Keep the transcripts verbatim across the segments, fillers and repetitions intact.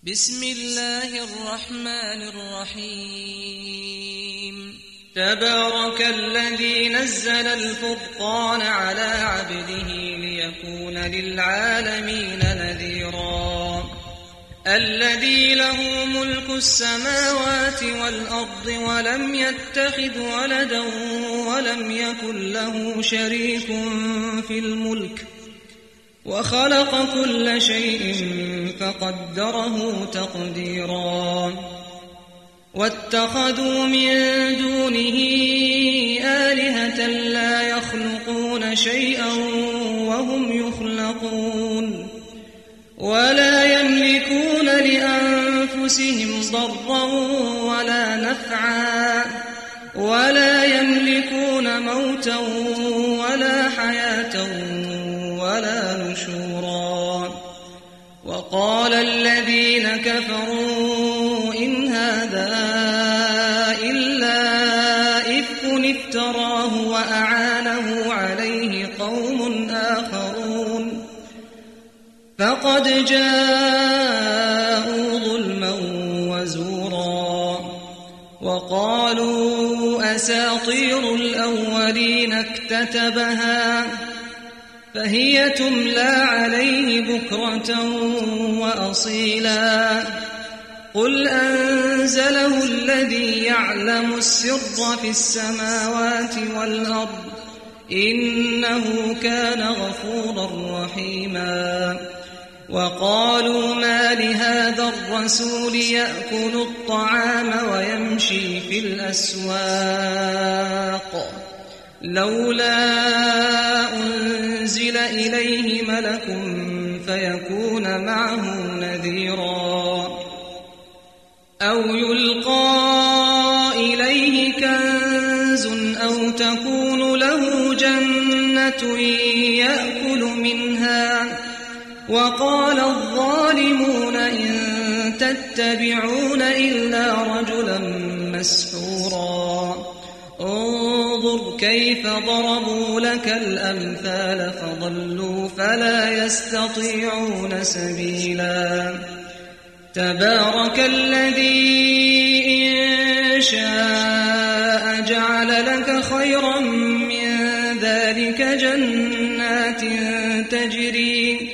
بسم الله الرحمن الرحيم تبارك الذي نزل الفرقان على عبده ليكون للعالمين نذيرا الذي له ملك السماوات والأرض ولم يتخذ ولدا ولم يكن له شريك في الملك وخلق كل شيء فقدره تقديرا واتخذوا من دونه آلهة لا يخلقون شيئا وهم يخلقون ولا يملكون لأنفسهم ضرا ولا نفعا ولا يملكون موتا ولا حياة ولا نشورا وقال الذين كفروا إن هذا إلا إفك افتراه وأعانه عليه قوم آخرون فقد جاءوا ظلما وزورا وقالوا أساطير الأولين اكتتبها فهي تملى عليه بكرة وأصيلا قل أنزله الذي يعلم السر في السماوات والأرض إنه كان غفورا رحيما وقالوا ما لهذا الرسول يأكل الطعام ويمشي في الأسواق لولا أنزل إليه ملك فيكون معه نذيرا أو يلقى إليه كنز أو تكون له جنة يأكل منها وقال الظالمون إن تتبعون إلا رجلا مسحورا انظر كيف ضربوا لك الأمثال فضلوا فلا يستطيعون سبيلا تبارك الذي إن شاء جعل لك خيرا من ذلك جنات تجري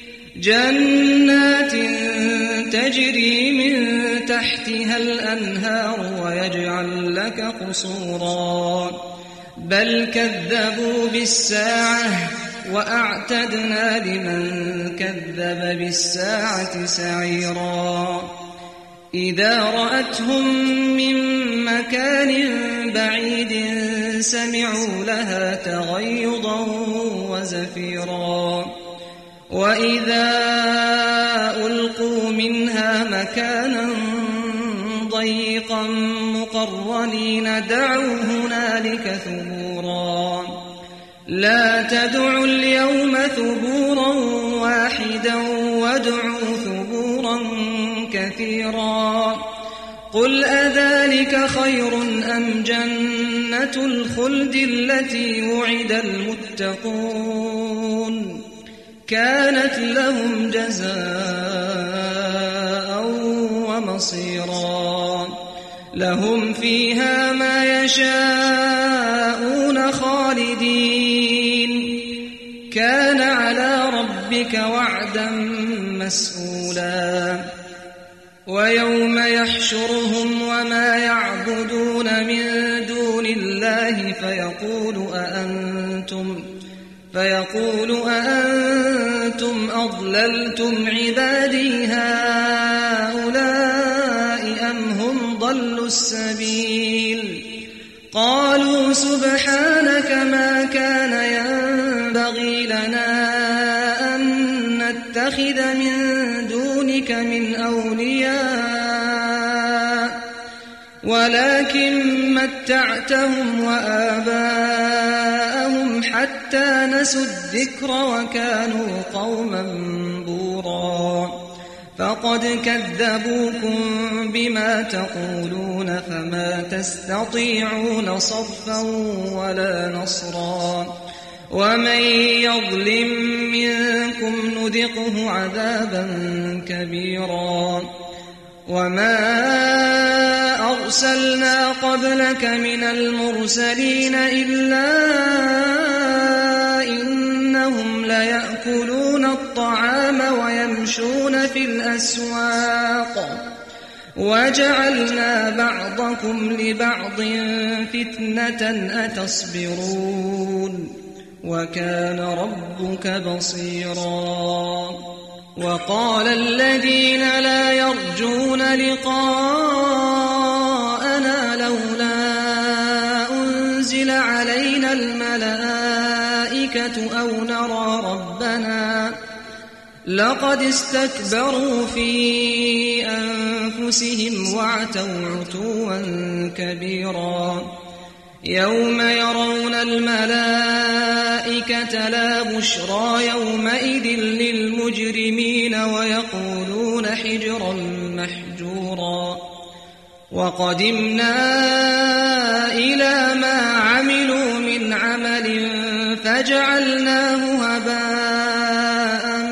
جنات تجري من تحتها الأنهار ويجعل لك قصورا بل كذبوا بالساعة وأعتدنا لمن كذب بالساعة سعيرا إذا رأتهم من مكان بعيد سمعوا لها تغيظا وزفيرا وإذا ألقوا منها مكانا ضيقا مقرنين دعوا هنالك ثبورا لا تدعوا اليوم ثبورا واحدا وادعوا ثبورا كثيرا قل أذلك خير أم جنة الخلد التي وعد المتقون كانت لهم جزاء ومصيرا لهم فيها ما يشاءون خالدين كان على ربك وعدا مسئولا ويوم يحشرهم وما يعبدون من دون الله فيقول أأنتم فيقول أأنتم أضللتم عبادي هؤلاء أم هم ضلوا السبيل قالوا سبحانك ما كان ينبغي لنا أن نتخذ من دونك من أولياء ولكن متعتهم وآباءهم حتى نسوا الذكر وكانوا قوما بورا فقد كذبوكم بما تقولون فما تستطيعون صرفا ولا نصرا ومن يظلم منكم نذقه عذابا كبيرا وما أرسلنا قبلك من المرسلين إلا إنهم ليأكلون الطعام ويمشون في الأسواق وجعلنا بعضكم لبعض فتنة أتصبرون وكان ربك بصيرا وقال الذين لا يرجون لقاءنا لولا أنزل علينا الملائكة أو نرى ربنا لقد استكبروا في أنفسهم وعتوا عتوا كبيرا يوم يرون الملائكة لا بشرى يومئذ للمجرمين ويقولون حجرا محجورا وقدمنا إلى ما عملوا من عمل فجعلناه هباء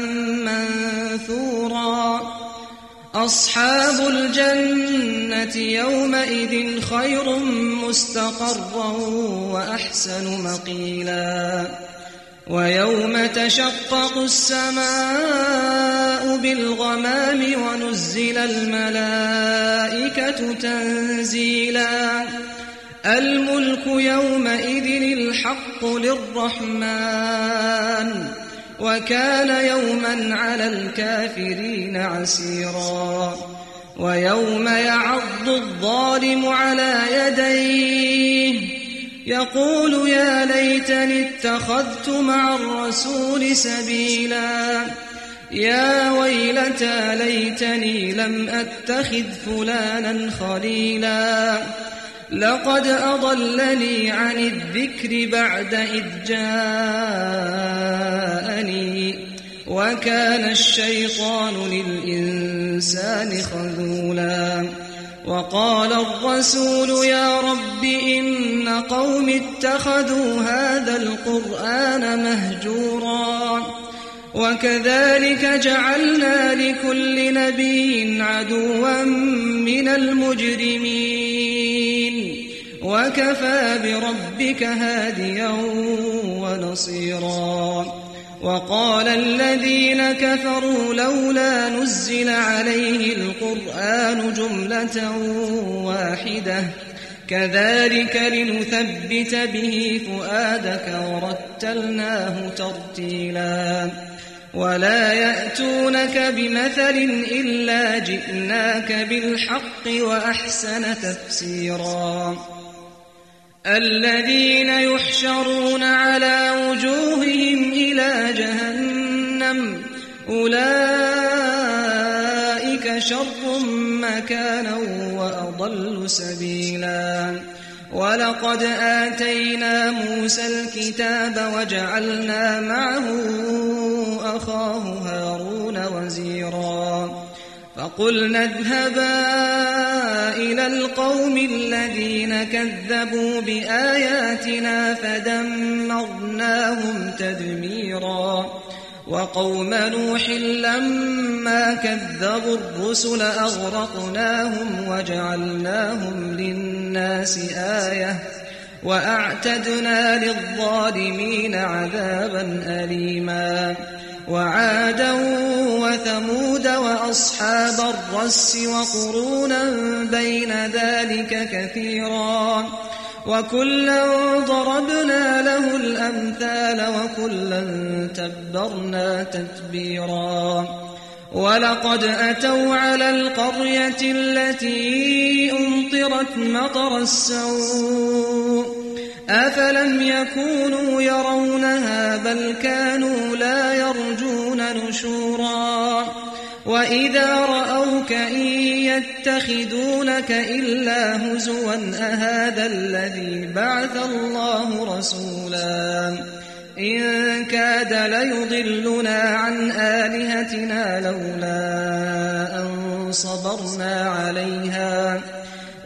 منثورا أصحاب الجنة يومئذ خير مستقرا وأحسن مقيلا ويوم تشقق السماء بالغمام ونزل الملائكة تنزيلا الملك يومئذ الحق للرحمن وكان يوما على الكافرين عسيرا ويوم يعض الظالم على يديه يقول يا ليتني اتخذت مع الرسول سبيلا يا ويلتى ليتني لم أتخذ فلانا خليلا لقد أضلني عن الذكر بعد إذ جاءني وكان الشيطان للإنسان خذولا وقال الرسول يا رب إن قوم اتخذوا هذا القرآن مهجورا وكذلك جعلنا لكل نبي عدوا من المجرمين وكفى بربك هاديا ونصيرا وقال الذين كفروا لولا نزل عليه القرآن جملة واحدة كذلك لنثبت به فؤادك ورتلناه ترتيلا ولا يأتونك بمثل إلا جئناك بالحق وأحسن تفسيرا الذين يحشرون على وجوههم إلى جهنم أولئك شر مكانا وأضل سبيلا ولقد آتينا موسى الكتاب وجعلنا معه أخاه هارون وزيرا فقلنا اذهبا إلى القوم الذين كذبوا بآياتنا فدمرناهم تدميرا وقوم نوح لما كذبوا الرسل أغرقناهم وجعلناهم للناس آية وأعتدنا للظالمين عذابا أليما وعادا وثمود وأصحاب الرس وقرونا بين ذلك كثيرا وكلا ضربنا له الأمثال وكلا تبرنا تتبيرا ولقد أتوا على القرية التي أمطرت مطر السوء أفلم يكونوا يرونها بل كانوا لا يرجون نشورا وإذا رأوك إن يتخذونك إلا هزوا أهذا الذي بعث الله رسولا إن كاد ليضلنا عن آلهتنا لولا أن صبرنا عليها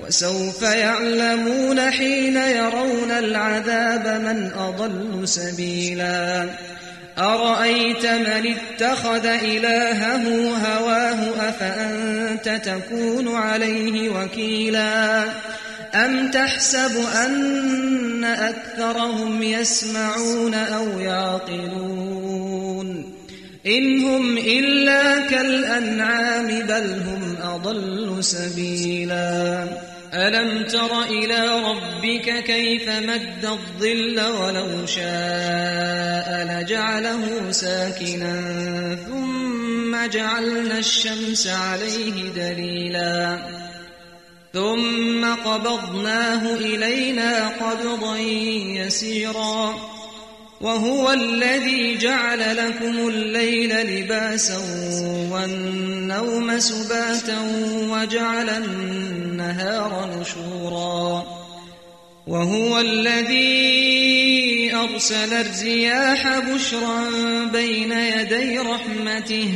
وسوف يعلمون حين يرون العذاب من أضل سبيلا أرأيت من اتخذ إلهه هواه أفأنت تكون عليه وكيلا أم تحسب أن أكثرهم يسمعون أو يعقلون إن هم إلا كالأنعام بل هم أضل سبيلا ألم تر إلى ربك كيف مد الظل ولو شاء لجعله ساكنا ثم جعلنا الشمس عليه دليلا ثم قبضناه إلينا قبضا يسيرا وهو الذي جعل لكم الليل لباسا والنوم سباتا وجعل النهار نشورا وهو الذي أرسل الرياح بشرا بين يدي رحمته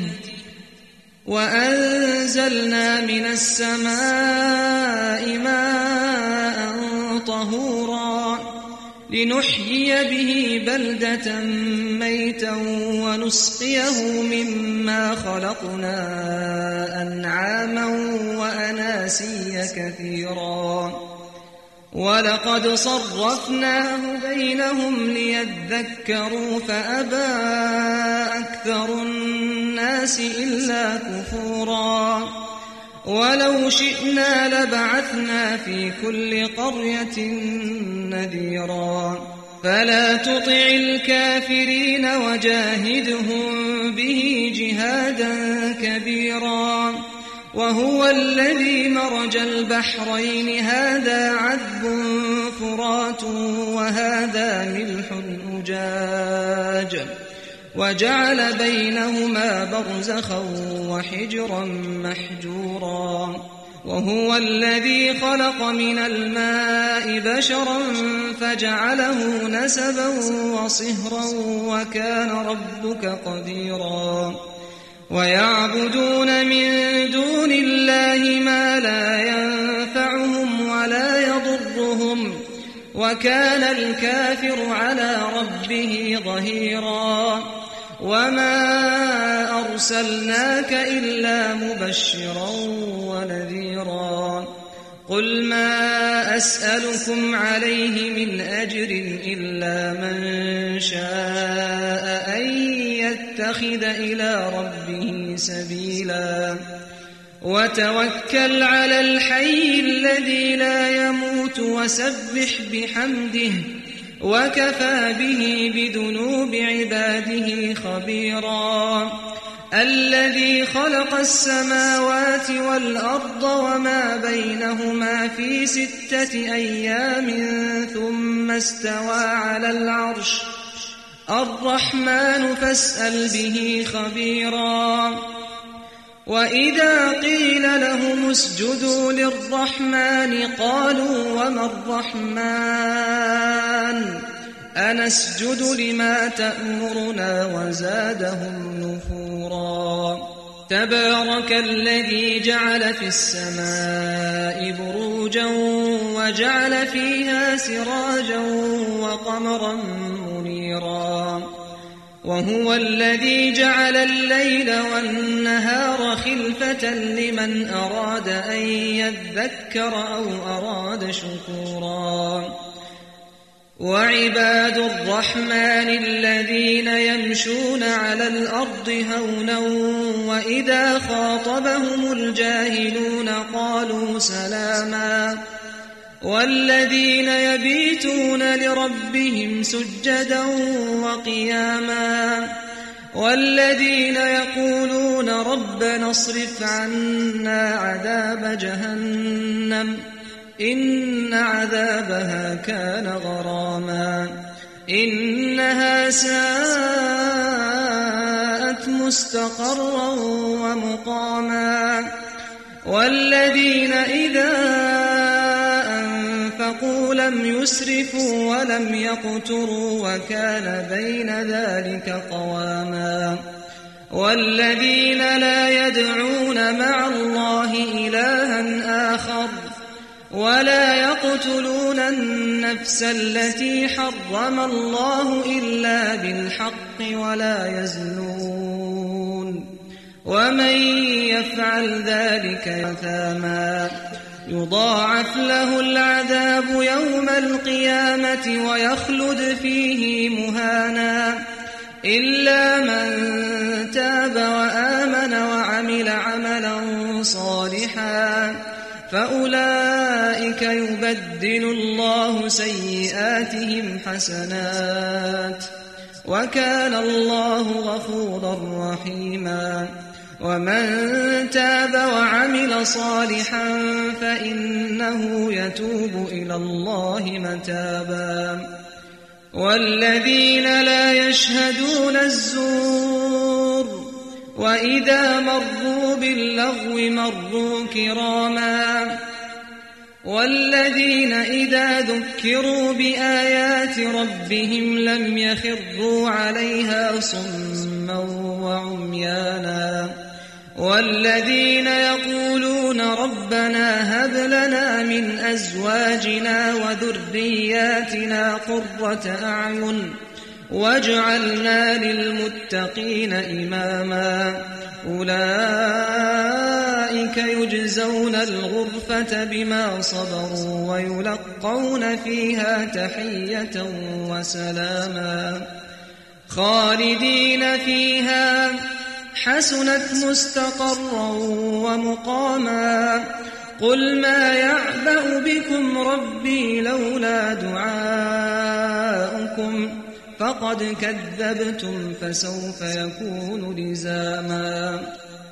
وأنزلنا من السماء ماء طهورا لنحيي به بلدة ميتا ونسقيه مما خلقنا أنعاما وأناسيا كثيرا ولقد صرفناه بينهم ليذكروا فأبى أكثر الناس إلا كفورا ولو شئنا لبعثنا في كل قرية نذيرا فلا تطع الكافرين وجاهدهم به جهادا كبيرا وهو الذي مرج البحرين هذا عذب فرات وهذا ملح أجاج وجعل بينهما برزخا وحجرا محجورا وهو الذي خلق من الماء بشرا فجعله نسبا وصهرا وكان ربك قديرا ويعبدون من دون الله ما لا ينفعهم ولا يضرهم وكان الكافر على ربه ظهيرا وما أرسلناك إلا مبشرا ونذيرا قل ما أسألكم عليه من أجر إلا من شاء أن يتخذ إلى ربه سبيلا وتوكل على الحي الذي لا يموت وسبح بحمده وكفى به بذنوب عباده خبيرا الذي خلق السماوات والأرض وما بينهما في ستة أيام ثم استوى على العرش الرحمن فاسأل به خبيرا وإذا قيل لهم اسجدوا للرحمن قالوا وما الرحمن أنسجد لما تأمرنا وزادهم نفورا تبارك الذي جعل في السماء بروجا وجعل فيها سراجا وقمرا منيرا وهو الذي جعل الليل والنهار خلفة لمن أراد أن يذكر أو أراد شكورا وعباد الرحمن الذين يمشون على الأرض هونا وإذا خاطبهم الجاهلون قالوا سلاما والذين يبيتون لربهم سجدا وقياما والذين يقولون ربنا اصرف عنا عذاب جهنم إن عذابها كان غراما إنها ساءت مستقرا ومقاما والذين إذا أنفقوا لم يسرفوا ولم يقتروا وكان بين ذلك قواما والذين لا يدعون مع الله إلها آخر ولا يقتلون النفس التي حرم الله إلا بالحق ولا يزنون ومن يفعل ذلك أثاما يضاعف له العذاب يوم القيامة ويخلد فيه مهانا إلا من تاب وآمن وعمل عملا صالحا فأولئك يبدل الله سيئاتهم حسنات وكان الله غفورا رحيما ومن تاب وعمل صالحا فإنه يتوب إلى الله متابا والذين لا يشهدون الزور وإذا مروا باللغو مروا كراما والذين إذا ذكروا بآيات ربهم لم يخروا عليها صما وعميانا والذين يقولون ربنا هب لنا من أزواجنا وذرياتنا قرة أعين واجعلنا للمتقين إماما أولئك يجزون الغرفة بما صبروا ويلقون فيها تحية وسلاما خالدين فيها حسنت مستقرا ومقاما قل ما يعبأ بكم ربي لولا دعاؤكم فقد كذبتم فسوف يكون لزاما